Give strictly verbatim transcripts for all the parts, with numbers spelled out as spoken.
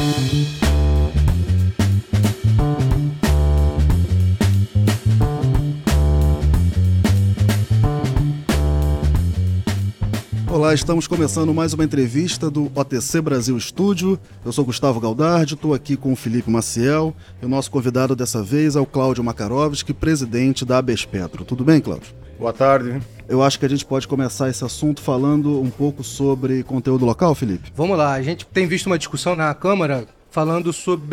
Olá, estamos começando mais uma entrevista do O T C Brasil Estúdio. Eu sou Gustavo Galdardi, estou aqui com o Felipe Maciel e o nosso convidado dessa vez é o Cláudio Makarovski, presidente da Abespetro. Tudo bem, Cláudio? Boa tarde. Eu acho que a gente pode começar esse assunto falando um pouco sobre conteúdo local, Felipe. Vamos lá, a gente tem visto uma discussão na Câmara falando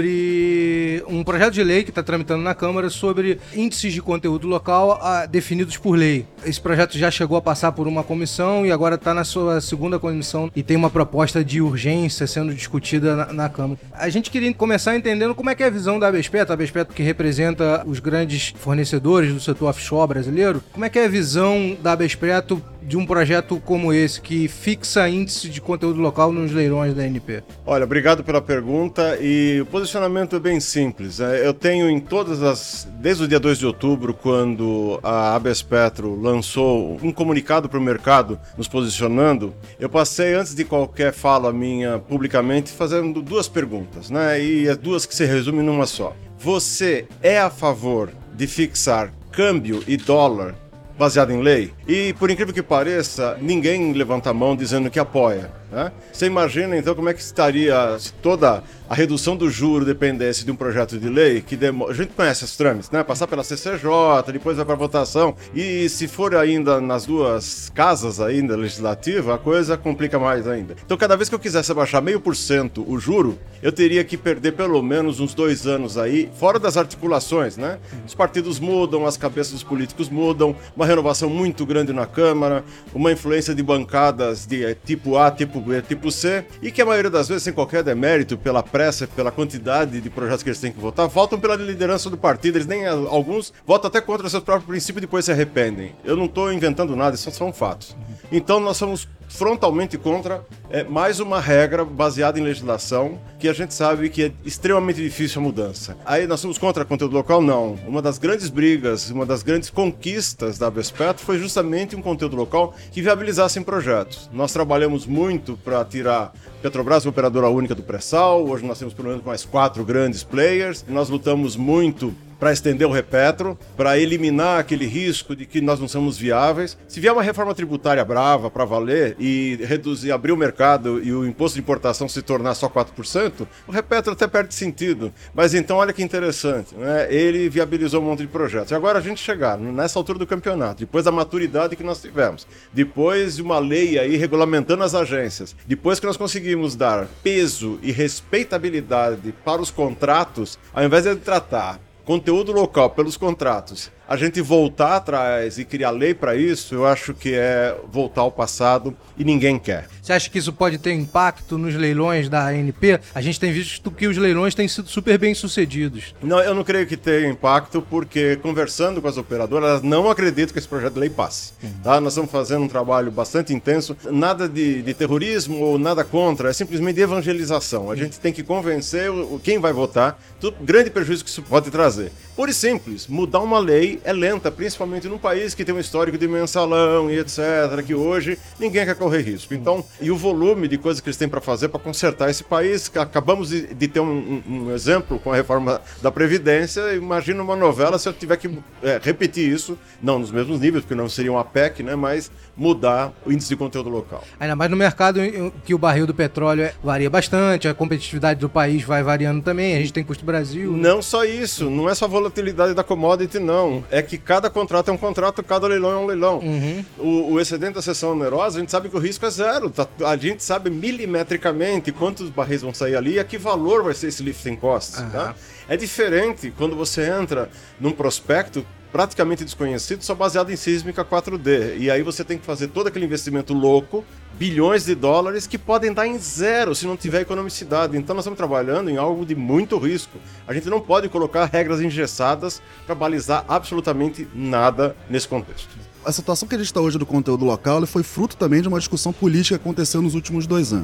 sobre um projeto de lei que está tramitando na Câmara sobre índices de conteúdo local ah, definidos por lei. Esse projeto já chegou a passar por uma comissão e agora está na sua segunda comissão e tem uma proposta de urgência sendo discutida na, na Câmara. A gente queria começar entendendo como é que é a visão da Abespetro, a Abespetro que representa os grandes fornecedores do setor offshore brasileiro. Como é que é a visão da Abespetro de um projeto como esse, que fixa índice de conteúdo local nos leilões da A N P? Olha, obrigado pela pergunta e o posicionamento é bem simples. Eu tenho em todas as... Desde o dia dois de outubro, quando a Abespetro lançou um comunicado para o mercado nos posicionando, eu passei, antes de qualquer fala minha publicamente, fazendo duas perguntas, né? E as duas que se resumem numa só. Você é a favor de fixar câmbio e dólar baseado em lei? E, por incrível que pareça, ninguém levanta a mão dizendo que apoia, né? Você imagina, então, como é que estaria se toda a redução do juro dependesse de um projeto de lei que demo... a gente conhece os trâmites, né? Passar pela C C J, depois vai para votação, e se for ainda nas duas casas ainda legislativa, a coisa complica mais ainda. Então, cada vez que eu quisesse abaixar meio por cento o juro, eu teria que perder pelo menos uns dois anos aí, fora das articulações, né? Os partidos mudam, as cabeças dos políticos mudam, uma renovação muito grande na Câmara, uma influência de bancadas de tipo A, tipo B, tipo C, e que a maioria das vezes, sem qualquer demérito, pela pressa, pela quantidade de projetos que eles têm que votar, votam pela liderança do partido. Eles nem, alguns votam até contra seus próprios princípios e depois se arrependem. Eu não estou inventando nada, isso são fatos. Então nós somos frontalmente contra é, mais uma regra baseada em legislação que a gente sabe que é extremamente difícil a mudança. Aí nós somos contra conteúdo local? Não. Uma das grandes brigas, uma das grandes conquistas da Abespetro foi justamente um conteúdo local que viabilizasse projetos. Nós trabalhamos muito para tirar Petrobras, operadora única do pré-sal. Hoje nós temos pelo menos mais quatro grandes players. Nós lutamos muito para estender o Repetro, para eliminar aquele risco de que nós não somos viáveis. Se vier uma reforma tributária brava para valer e reduzir, abrir o mercado e o imposto de importação se tornar só quatro por cento, o Repetro até perde sentido. Mas então, olha que interessante, né? Ele viabilizou um monte de projetos. E agora a gente chegar nessa altura do campeonato, depois da maturidade que nós tivemos, depois de uma lei aí regulamentando as agências, depois que nós conseguimos dar peso e respeitabilidade para os contratos, ao invés de tratar conteúdo local pelos contratos, a gente voltar atrás e criar lei para isso, eu acho que é voltar ao passado e ninguém quer. Você acha que isso pode ter impacto nos leilões da A N P? A gente tem visto que os leilões têm sido super bem sucedidos. Não, eu não creio que tenha impacto, porque conversando com as operadoras, elas não acreditam que esse projeto de lei passe. Uhum. Tá? Nós estamos fazendo um trabalho bastante intenso, nada de, de terrorismo ou nada contra, é simplesmente de evangelização. A gente tem que convencer o, quem vai votar do grande prejuízo que isso pode trazer. Pura e simples, mudar uma lei é lenta, principalmente num país que tem um histórico de mensalão e etcétera, que hoje ninguém quer correr risco. Então, e o volume de coisas que eles têm para fazer para consertar esse país, que acabamos de, de ter um, um, um exemplo com a reforma da Previdência. Imagina uma novela se eu tiver que é, repetir isso, não nos mesmos níveis, porque não seria uma P E C, né, mas mudar o índice de conteúdo local. Ainda mais no mercado que o barril do petróleo varia bastante, a competitividade do país vai variando também, a gente tem custo Brasil. Não só isso, não é só volatilidade da commodity, não. É que cada contrato é um contrato, cada leilão é um leilão. Uhum. O, o excedente da seção onerosa, a gente sabe que o risco é zero. Tá, a gente sabe milimetricamente quantos barris vão sair ali e a que valor vai ser esse lifting cost. Uhum. Tá? É diferente quando você entra num prospecto praticamente desconhecido, só baseado em sísmica quatro D. E aí você tem que fazer todo aquele investimento louco, bilhões de dólares, que podem dar em zero se não tiver economicidade. Então nós estamos trabalhando em algo de muito risco. A gente não pode colocar regras engessadas para balizar absolutamente nada nesse contexto. A situação que a gente está hoje do conteúdo local foi fruto também de uma discussão política que aconteceu nos últimos dois anos.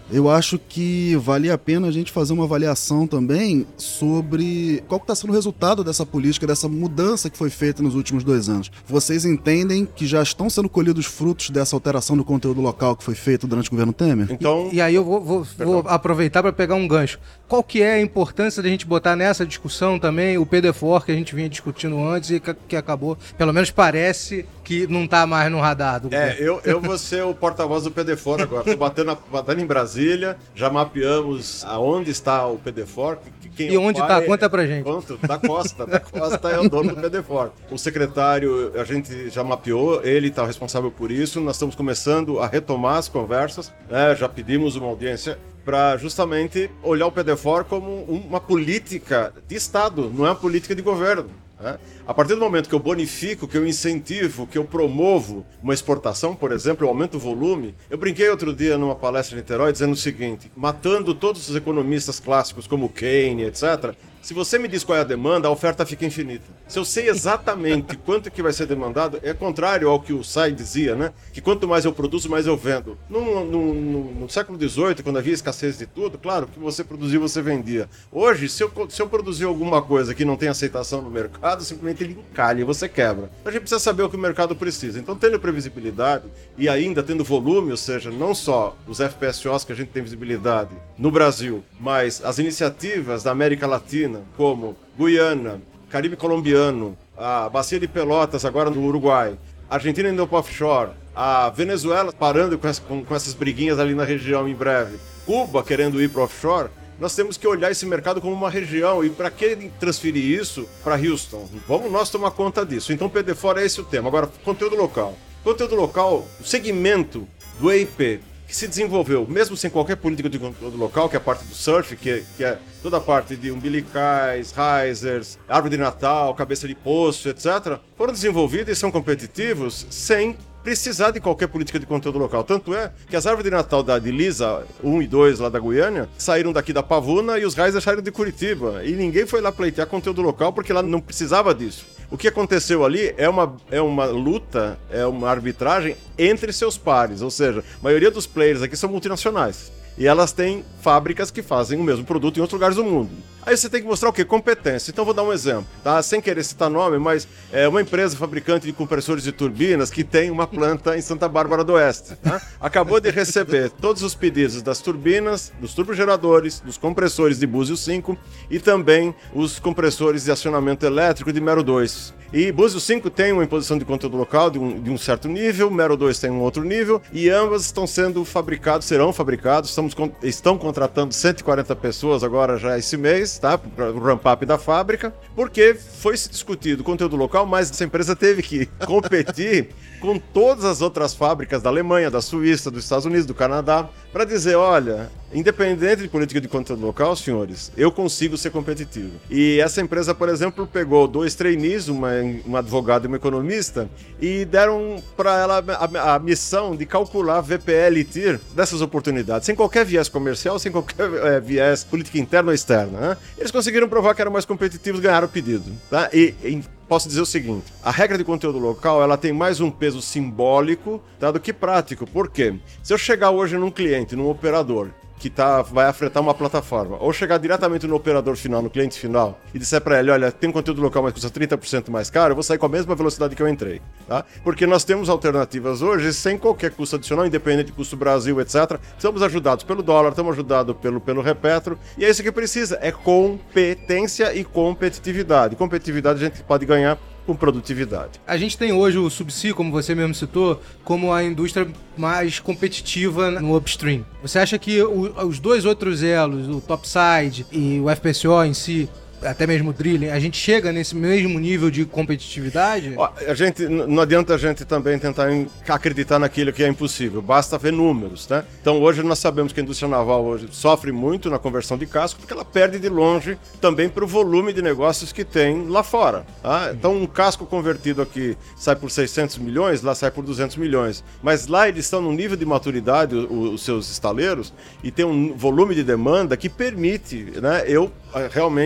eu acho que vale a pena a gente fazer uma avaliação também sobre qual está sendo o resultado dessa política, dessa mudança que foi feita nos últimos dois anos. Vocês entendem que já estão sendo colhidos frutos dessa alteração do conteúdo local que foi feito durante o governo Temer? Então... E, e aí eu vou, vou, vou aproveitar para pegar um gancho. Qual que é a importância da gente botar nessa discussão também o P D quatro que a gente vinha discutindo antes e que, que acabou, pelo menos parece que não está mais no radar do É, governo. eu, eu vou ser o porta-voz do P D quatro agora. Estou batendo, batendo em Brasília, já mapeamos aonde está o P D quatro. Quem e onde está? É, Conta pra gente. Conto, da Costa. Da Costa é o dono do P D quatro. O secretário, a gente já mapeou, ele está responsável por isso. Nós estamos começando a retomar as conversas, né? Já pedimos uma audiência para justamente olhar o P D quatro como uma política de Estado, não é uma política de governo. Né? A partir do momento que eu bonifico, que eu incentivo, que eu promovo uma exportação, por exemplo, eu aumento o volume. Eu brinquei outro dia numa palestra em Niterói dizendo o seguinte: matando todos os economistas clássicos como Keynes, etcétera, se você me diz qual é a demanda, a oferta fica infinita. Se eu sei exatamente quanto que vai ser demandado, é contrário ao que o Say dizia, né? Que quanto mais eu produzo, mais eu vendo. No, no, no, no século dezoito, quando havia escassez de tudo, claro, o que você produzia, você vendia. Hoje, se eu, se eu produzir alguma coisa que não tem aceitação no mercado, simplesmente ele encalha e você quebra. A gente precisa saber o que o mercado precisa. Então, tendo previsibilidade e ainda tendo volume, ou seja, não só os F P S Os que a gente tem visibilidade no Brasil, mas as iniciativas da América Latina, como Guiana, Caribe colombiano, a Bacia de Pelotas agora no Uruguai, Argentina indo para offshore, a Venezuela parando com, essa, com, com essas briguinhas ali na região em breve, Cuba querendo ir para offshore, nós temos que olhar esse mercado como uma região. E para que transferir isso para Houston? Vamos nós tomar conta disso. Então, P D quatro é esse o tema. Agora, conteúdo local. Conteúdo local, o segmento do E I P que se desenvolveu, mesmo sem qualquer política de conteúdo local, que é a parte do surf, que, que é toda a parte de umbilicais, risers, árvore de Natal, cabeça de poço, etcétera, foram desenvolvidos e são competitivos sem precisar de qualquer política de conteúdo local. Tanto é que as árvores de Natal da de Lisa um e dois lá da Goiânia saíram daqui da Pavuna e os risers saíram de Curitiba. E ninguém foi lá pleitear conteúdo local porque lá não precisava disso. O que aconteceu ali é uma, é uma luta, é uma arbitragem entre seus pares. Ou seja, a maioria dos players aqui são multinacionais. E elas têm fábricas que fazem o mesmo produto em outros lugares do mundo. Aí você tem que mostrar o quê? Competência. Então vou dar um exemplo, tá? Sem querer citar nome, mas é uma empresa fabricante de compressores de turbinas que tem uma planta em Santa Bárbara do Oeste. Tá? Acabou de receber todos os pedidos das turbinas, dos turbogeradores, dos compressores de Búzios cinco e também os compressores de acionamento elétrico de Mero dois. E Búzios cinco tem uma imposição de conteúdo local de um, de um certo nível, Mero dois tem um outro nível, e ambas estão sendo fabricados, serão fabricados, estamos, estão contratando cento e quarenta pessoas agora já esse mês, tá? Para o ramp-up da fábrica, porque foi se discutido conteúdo local, mas essa empresa teve que competir com todas as outras fábricas da Alemanha, da Suíça, dos Estados Unidos, do Canadá, para dizer, olha, independente de política de conteúdo local, senhores, eu consigo ser competitivo. E essa empresa, por exemplo, pegou dois trainees, uma, uma advogada e uma economista, e deram para ela a, a missão de calcular V P L e T I R dessas oportunidades, sem qualquer viés comercial, sem qualquer é, viés política interna ou externa. Né? Eles conseguiram provar que eram mais competitivos, ganharam o pedido. Tá? E, e posso dizer o seguinte, a regra de conteúdo local, ela tem mais um peso simbólico, tá, do que prático. Por quê? Se eu chegar hoje num cliente, num operador, que tá, vai afetar uma plataforma, ou chegar diretamente no operador final, no cliente final, e disser para ele, olha, tem um conteúdo local, mas custa trinta por cento mais caro, eu vou sair com a mesma velocidade que eu entrei. Tá? Porque nós temos alternativas hoje sem qualquer custo adicional, independente de custo Brasil, etcétera. Estamos ajudados pelo dólar, estamos ajudados pelo, pelo Repetro, e é isso que precisa, é competência e competitividade. Competitividade a gente pode ganhar com produtividade. A gente tem hoje o Subsea, como você mesmo citou, como a indústria mais competitiva no upstream. Você acha que o, os dois outros elos, o topside e o F P S O em si, até mesmo o drilling, a gente chega nesse mesmo nível de competitividade? Ó, a gente, não adianta a gente também tentar acreditar naquilo que é impossível, basta ver números, né? Então hoje nós sabemos que a indústria naval hoje sofre muito na conversão de casco, porque ela perde de longe também para o volume de negócios que tem lá fora. Tá? Então um casco convertido aqui sai por seiscentos milhões, lá sai por duzentos milhões, mas lá eles estão num nível de maturidade, os, os seus estaleiros, e tem um volume de demanda que permite, né, eu realmente a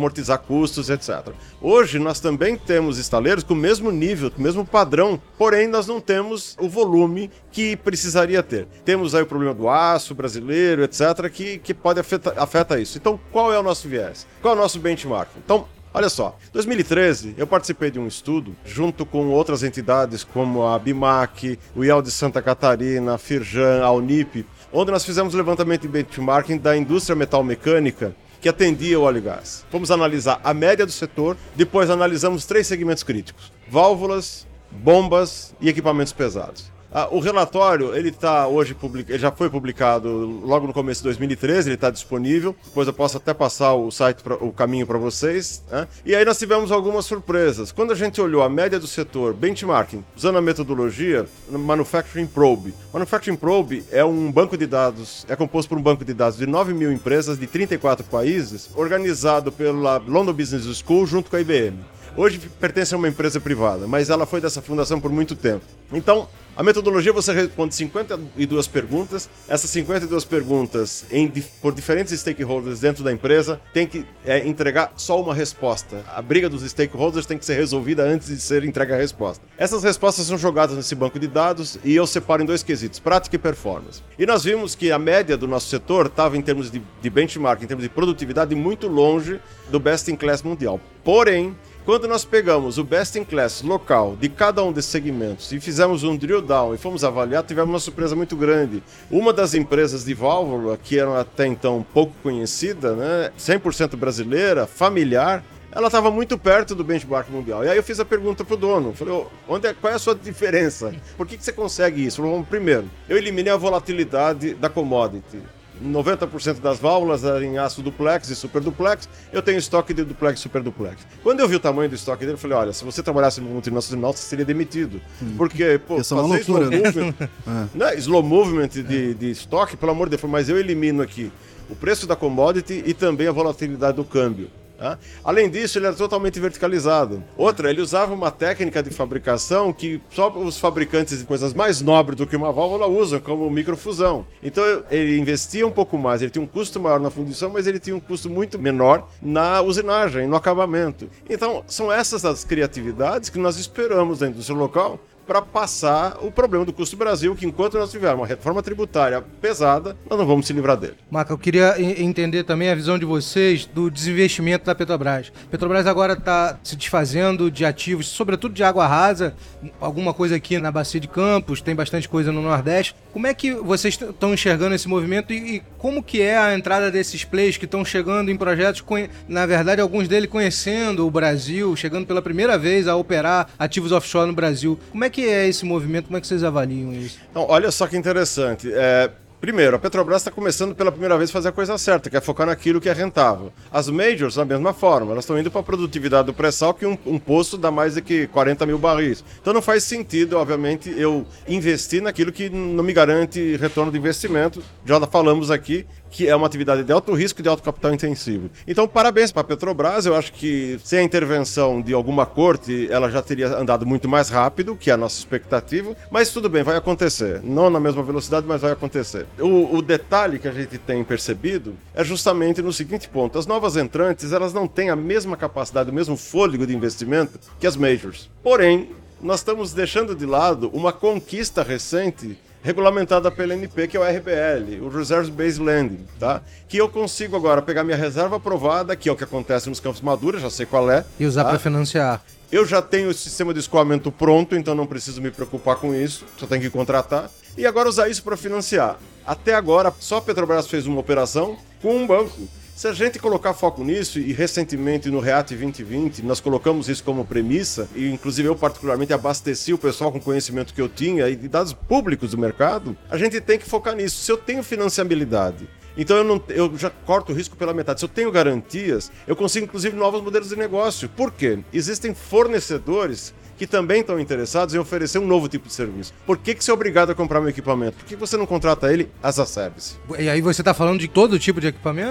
amortizar custos, etcétera. Hoje nós também temos estaleiros com o mesmo nível, com o mesmo padrão, porém nós não temos o volume que precisaria ter. Temos aí o problema do aço brasileiro, etcétera, que, que pode afetar afeta isso. Então, qual é o nosso viés? Qual é o nosso benchmark? Então, olha só, em dois mil e treze eu participei de um estudo junto com outras entidades como a BIMAC, o I E L de Santa Catarina, a Firjan, a Unip, onde nós fizemos o levantamento de benchmarking da indústria metal-mecânica que atendia o óleo e gás. Fomos analisar a média do setor, depois analisamos três segmentos críticos: válvulas, bombas e equipamentos pesados. Ah, o relatório, ele tá hoje public... ele já foi publicado logo no começo de dois mil e treze, ele está disponível, depois eu posso até passar o site, pra... o caminho para vocês, né? E aí nós tivemos algumas surpresas. Quando a gente olhou a média do setor, benchmarking, usando a metodologia Manufacturing Probe. Manufacturing Probe é um banco de dados, é composto por um banco de dados de nove mil empresas de trinta e quatro países, organizado pela London Business School junto com a I B M. Hoje pertence a uma empresa privada, mas ela foi dessa fundação por muito tempo. Então, a metodologia, você responde cinquenta e duas perguntas. Essas cinquenta e duas perguntas, em, por diferentes stakeholders dentro da empresa, tem que é, entregar só uma resposta. A briga dos stakeholders tem que ser resolvida antes de ser entregue a resposta. Essas respostas são jogadas nesse banco de dados e eu separo em dois quesitos: prática e performance. E nós vimos que a média do nosso setor estava, em termos de, de benchmark, em termos de produtividade, muito longe do best in class mundial. Porém, quando nós pegamos o best in class local de cada um desses segmentos e fizemos um drill down e fomos avaliar, tivemos uma surpresa muito grande. Uma das empresas de válvula, que era até então pouco conhecida, né, cem por cento brasileira, familiar, ela estava muito perto do benchmark mundial. E aí eu fiz a pergunta pro dono, falei, onde é, qual é a sua diferença? Por que, que você consegue isso? Falei, primeiro, eu eliminei a volatilidade da commodity. noventa por cento das válvulas eram em aço duplex e super duplex. Eu tenho estoque de duplex e super duplex. Quando eu vi o tamanho do estoque dele, eu falei, olha, se você trabalhasse no multinacional, você seria demitido. Hum. Porque, pô, fazer é uma loucura, slow, né? movement, é. né? slow movement de, de estoque, pelo amor de Deus, mas eu elimino aqui o preço da commodity e também a volatilidade do câmbio. Tá? Além disso, ele era totalmente verticalizado. Outra, ele usava uma técnica de fabricação que só os fabricantes de coisas mais nobres do que uma válvula usam, como microfusão. Então ele investia um pouco mais, ele tinha um custo maior na fundição, mas ele tinha um custo muito menor na usinagem, no acabamento. Então são essas as criatividades que nós esperamos da indústria local para passar o problema do custo Brasil, que enquanto nós tivermos uma reforma tributária pesada, nós não vamos se livrar dele. Maca, eu queria entender também a visão de vocês do desinvestimento da Petrobras. A Petrobras agora está se desfazendo de ativos, sobretudo de água rasa, alguma coisa aqui na Bacia de Campos, tem bastante coisa no Nordeste. Como é que vocês estão enxergando esse movimento e, e como que é a entrada desses players que estão chegando em projetos, na verdade, alguns deles conhecendo o Brasil, chegando pela primeira vez a operar ativos offshore no Brasil? Como é que é esse movimento? Como é que vocês avaliam isso? Então, olha só que interessante. É, primeiro, a Petrobras está começando pela primeira vez a fazer a coisa certa, que é focar naquilo que é rentável. As majors, da mesma forma, elas estão indo para a produtividade do pré-sal, que um, um poço dá mais de que quarenta mil barris. Então não faz sentido, obviamente, eu investir naquilo que não me garante retorno de investimento. Já falamos aqui que é uma atividade de alto risco e de alto capital intensivo. Então, parabéns para a Petrobras. Eu acho que sem a intervenção de alguma corte, ela já teria andado muito mais rápido, que é a nossa expectativa. Mas tudo bem, vai acontecer. Não na mesma velocidade, mas vai acontecer. O, o detalhe que a gente tem percebido é justamente no seguinte ponto. As novas entrantes, elas não têm a mesma capacidade, o mesmo fôlego de investimento que as majors. Porém, nós estamos deixando de lado uma conquista recente regulamentada pela N P, que é o R B L, o Reserve Based Lending, tá? Que eu consigo agora pegar minha reserva aprovada, que é o que acontece nos campos maduros, já sei qual é. E usar tá? para financiar. Eu já tenho o sistema de escoamento pronto, então não preciso me preocupar com isso, só tenho que contratar. E agora usar isso para financiar. Até agora, só a Petrobras fez uma operação com um banco. Se a gente colocar foco nisso, e recentemente no REAT vinte vinte, nós colocamos isso como premissa, e inclusive eu particularmente abasteci o pessoal com o conhecimento que eu tinha e de dados públicos do mercado, a gente tem que focar nisso. Se eu tenho financiabilidade, então eu, não, eu já corto o risco pela metade. Se eu tenho garantias, eu consigo inclusive novos modelos de negócio. Por quê? Existem fornecedores que também estão interessados em oferecer um novo tipo de serviço. Por que, que você é obrigado a comprar um equipamento? Por que você não contrata ele as a service? E aí você está falando de todo tipo de equipamento?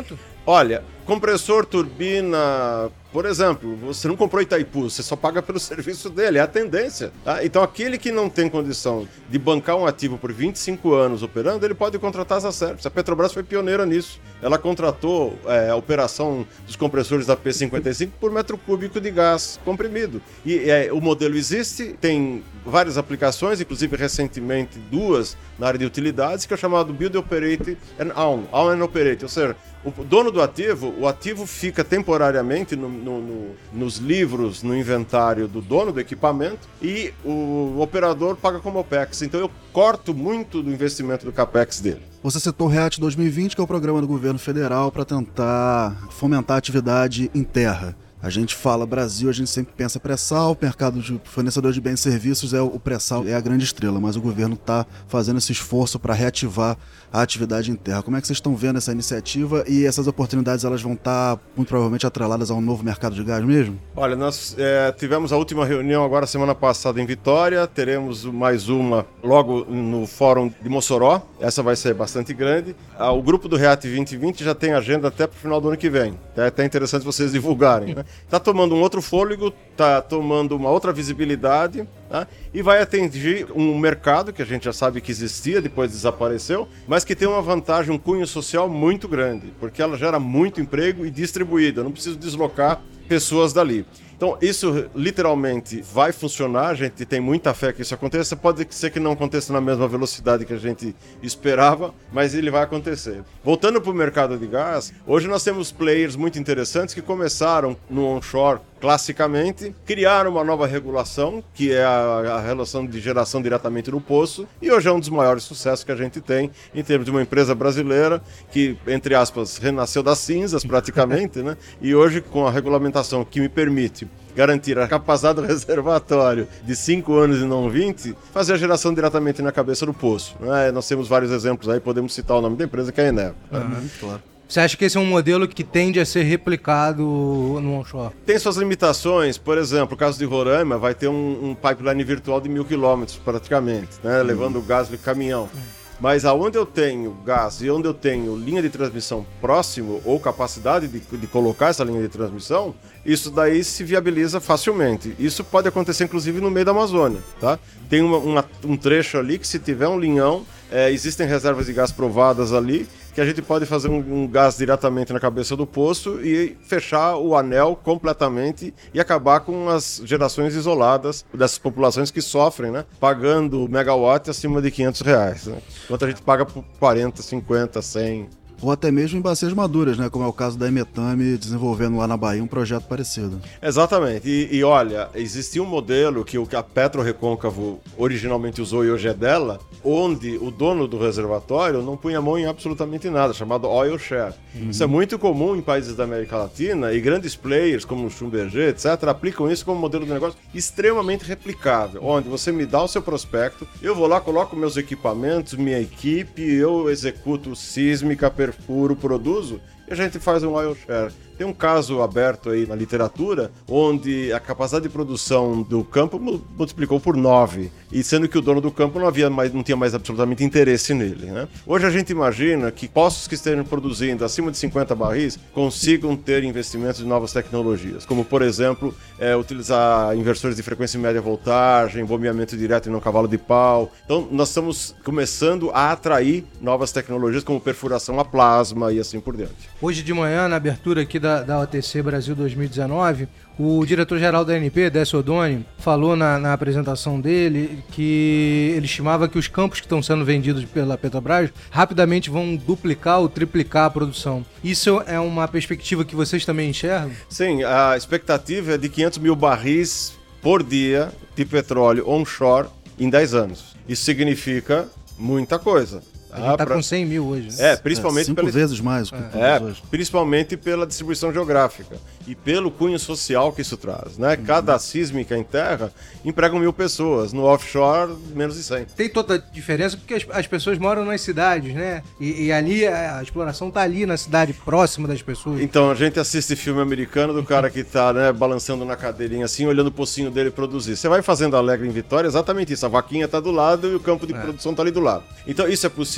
Olha, compressor, turbina, por exemplo, você não comprou Itaipu, você só paga pelo serviço dele, é a tendência. Tá? Então aquele que não tem condição de bancar um ativo por vinte e cinco anos operando, ele pode contratar as Acerps. A Petrobras foi pioneira nisso. Ela contratou é, a operação dos compressores da P cinquenta e cinco por metro cúbico de gás comprimido. E é, o modelo existe, tem várias aplicações, inclusive recentemente duas na área de utilidades, que é chamado Build, Operate and Own, Own and Operate, ou seja, o dono do ativo, o ativo fica temporariamente no, no, no, nos livros, no inventário do dono do equipamento e o operador paga como OPEX. Então eu corto muito do investimento do CAPEX dele. Você citou o REAT dois mil e vinte, que é o programa do governo federal para tentar fomentar a atividade em terra. A gente fala Brasil, a gente sempre pensa pré-sal, o mercado de fornecedor de bens e serviços é o pré-sal, é a grande estrela, mas o governo está fazendo esse esforço para reativar a atividade em terra. Como é que vocês estão vendo essa iniciativa e essas oportunidades, elas vão estar muito provavelmente atreladas a um novo mercado de gás mesmo? Olha, nós é, tivemos a última reunião agora semana passada em Vitória, teremos mais uma logo no Fórum de Mossoró, essa vai ser bastante grande. Ah, o grupo do REAT vinte e vinte já tem agenda até para o final do ano que vem, é até interessante vocês divulgarem, né? Está tomando um outro fôlego, está tomando uma outra visibilidade, tá? E vai atingir um mercado que a gente já sabe que existia, depois desapareceu, mas que tem uma vantagem, um cunho social muito grande, porque ela gera muito emprego e distribuída, eu não preciso deslocar pessoas dali. Então, isso literalmente vai funcionar, a gente tem muita fé que isso aconteça, pode ser que não aconteça na mesma velocidade que a gente esperava, mas ele vai acontecer. Voltando para o mercado de gás, hoje nós temos players muito interessantes que começaram no onshore classicamente, criaram uma nova regulação, que é a, a relação de geração diretamente no poço, e hoje é um dos maiores sucessos que a gente tem em termos de uma empresa brasileira que, entre aspas, renasceu das cinzas praticamente, né? E hoje com a regulamentação que me permite garantir a capacidade do reservatório de cinco anos e não vinte, fazer a geração diretamente na cabeça do poço, né? Nós temos vários exemplos aí, podemos citar o nome da empresa, que é a Eneva. Uhum, claro. Você acha que esse é um modelo que tende a ser replicado no onshore? Tem suas limitações, por exemplo, o caso de Roraima vai ter um, um pipeline virtual de mil quilômetros praticamente, né? Uhum. Levando o gás de caminhão. Uhum. Mas aonde eu tenho gás e onde eu tenho linha de transmissão próximo ou capacidade de, de colocar essa linha de transmissão, isso daí se viabiliza facilmente. Isso pode acontecer inclusive no meio da Amazônia, tá? Tem uma, uma, um trecho ali que se tiver um linhão, é, existem reservas de gás provadas ali, que a gente pode fazer um, um gás diretamente na cabeça do poço e fechar o anel completamente e acabar com as gerações isoladas dessas populações que sofrem, né? Pagando megawatt acima de quinhentos reais, né? Enquanto a gente paga por quarenta, cinquenta, cem... Ou até mesmo em bacias maduras, né? Como é o caso da Emetame desenvolvendo lá na Bahia um projeto parecido. Exatamente. E, e olha, existia um modelo que o que a Petro Recôncavo originalmente usou e hoje é dela, onde o dono do reservatório não punha a mão em absolutamente nada, chamado oil share. Uhum. Isso é muito comum em países da América Latina e grandes players como o Schlumberger, etcétera, aplicam isso como modelo de negócio extremamente replicável, onde você me dá o seu prospecto, eu vou lá, coloco meus equipamentos, minha equipe, eu executo sísmica, perfuro, produzo, e a gente faz um oil share. Tem um caso aberto aí na literatura, onde a capacidade de produção do campo multiplicou por nove, e sendo que o dono do campo não, havia mais, não tinha mais absolutamente interesse nele, né? Hoje a gente imagina que poços que estejam produzindo acima de cinquenta barris consigam ter investimentos em novas tecnologias, como por exemplo, é, utilizar inversores de frequência e média voltagem, bombeamento direto e não cavalo de pau. Então nós estamos começando a atrair novas tecnologias como perfuração a plasma e assim por diante. Hoje de manhã, na abertura aqui da, da O T C Brasil dois mil e dezenove, o diretor-geral da A N P, Décio Oddoni, falou na, na apresentação dele que ele estimava que os campos que estão sendo vendidos pela Petrobras rapidamente vão duplicar ou triplicar a produção. Isso é uma perspectiva que vocês também enxergam? Sim, a expectativa é de quinhentos mil barris por dia de petróleo onshore em dez anos. Isso significa muita coisa. A gente tá pra... com cem mil hoje. Né? É, principalmente... É, cinco pela... vezes mais. É, é principalmente pela distribuição geográfica e pelo cunho social que isso traz, né? Uhum. Cada sísmica em terra emprega mil pessoas, no offshore, menos de cem. Tem toda a diferença porque as, as pessoas moram nas cidades, né? E, e ali, a, a exploração tá ali na cidade, próxima das pessoas. Então, a gente assiste filme americano do cara que tá, né, balançando na cadeirinha assim, olhando o pocinho dele produzir. Você vai fazendo Alegre em Vitória, exatamente isso. A vaquinha tá do lado e o campo de é. produção tá ali do lado. Então, isso é possível?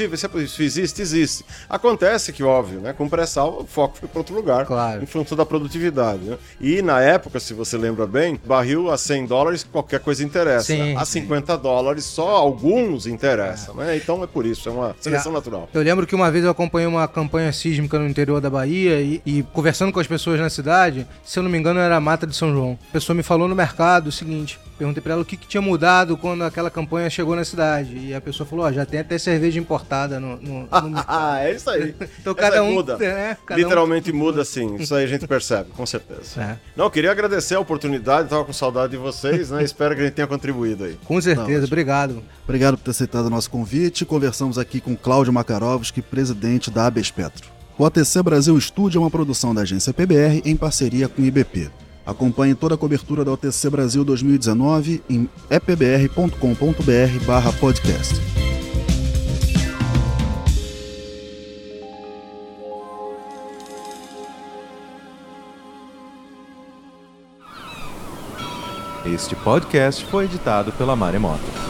possível? Se isso existe, existe. Acontece que, óbvio, né? Com o pré-sal, o foco foi para outro lugar. Claro. Em função da produtividade. Né? E na época, se você lembra bem, barril a cem dólares, qualquer coisa interessa. Sim, a cinquenta dólares, só alguns interessam. Né? Então é por isso, é uma seleção é. natural. Eu lembro que uma vez eu acompanhei uma campanha sísmica no interior da Bahia e, e conversando com as pessoas na cidade, se eu não me engano era a Mata de São João. A pessoa me falou no mercado o seguinte, perguntei pra ela o que, que tinha mudado quando aquela campanha chegou na cidade. E a pessoa falou, ó, oh, já tem até cerveja importada no, no, no mercado. Ah, é isso aí. Então cada um... muda. Né, cada Literalmente um... muda, sim. Isso aí a gente percebe, com certeza. É. Não, eu queria agradecer a oportunidade, tava com saudade de vocês, né? Espero que a gente tenha contribuído aí. Com certeza, Não, obrigado. Obrigado por ter aceitado o nosso convite. Conversamos aqui com Cláudio Makarovski, presidente da Abespetro. O A T C Brasil Estúdio é uma produção da agência P B R em parceria com o I B P. Acompanhe toda a cobertura da O T C Brasil dois mil e dezenove em e p b r ponto com ponto b r barra podcast. Este podcast foi editado pela Maremoto.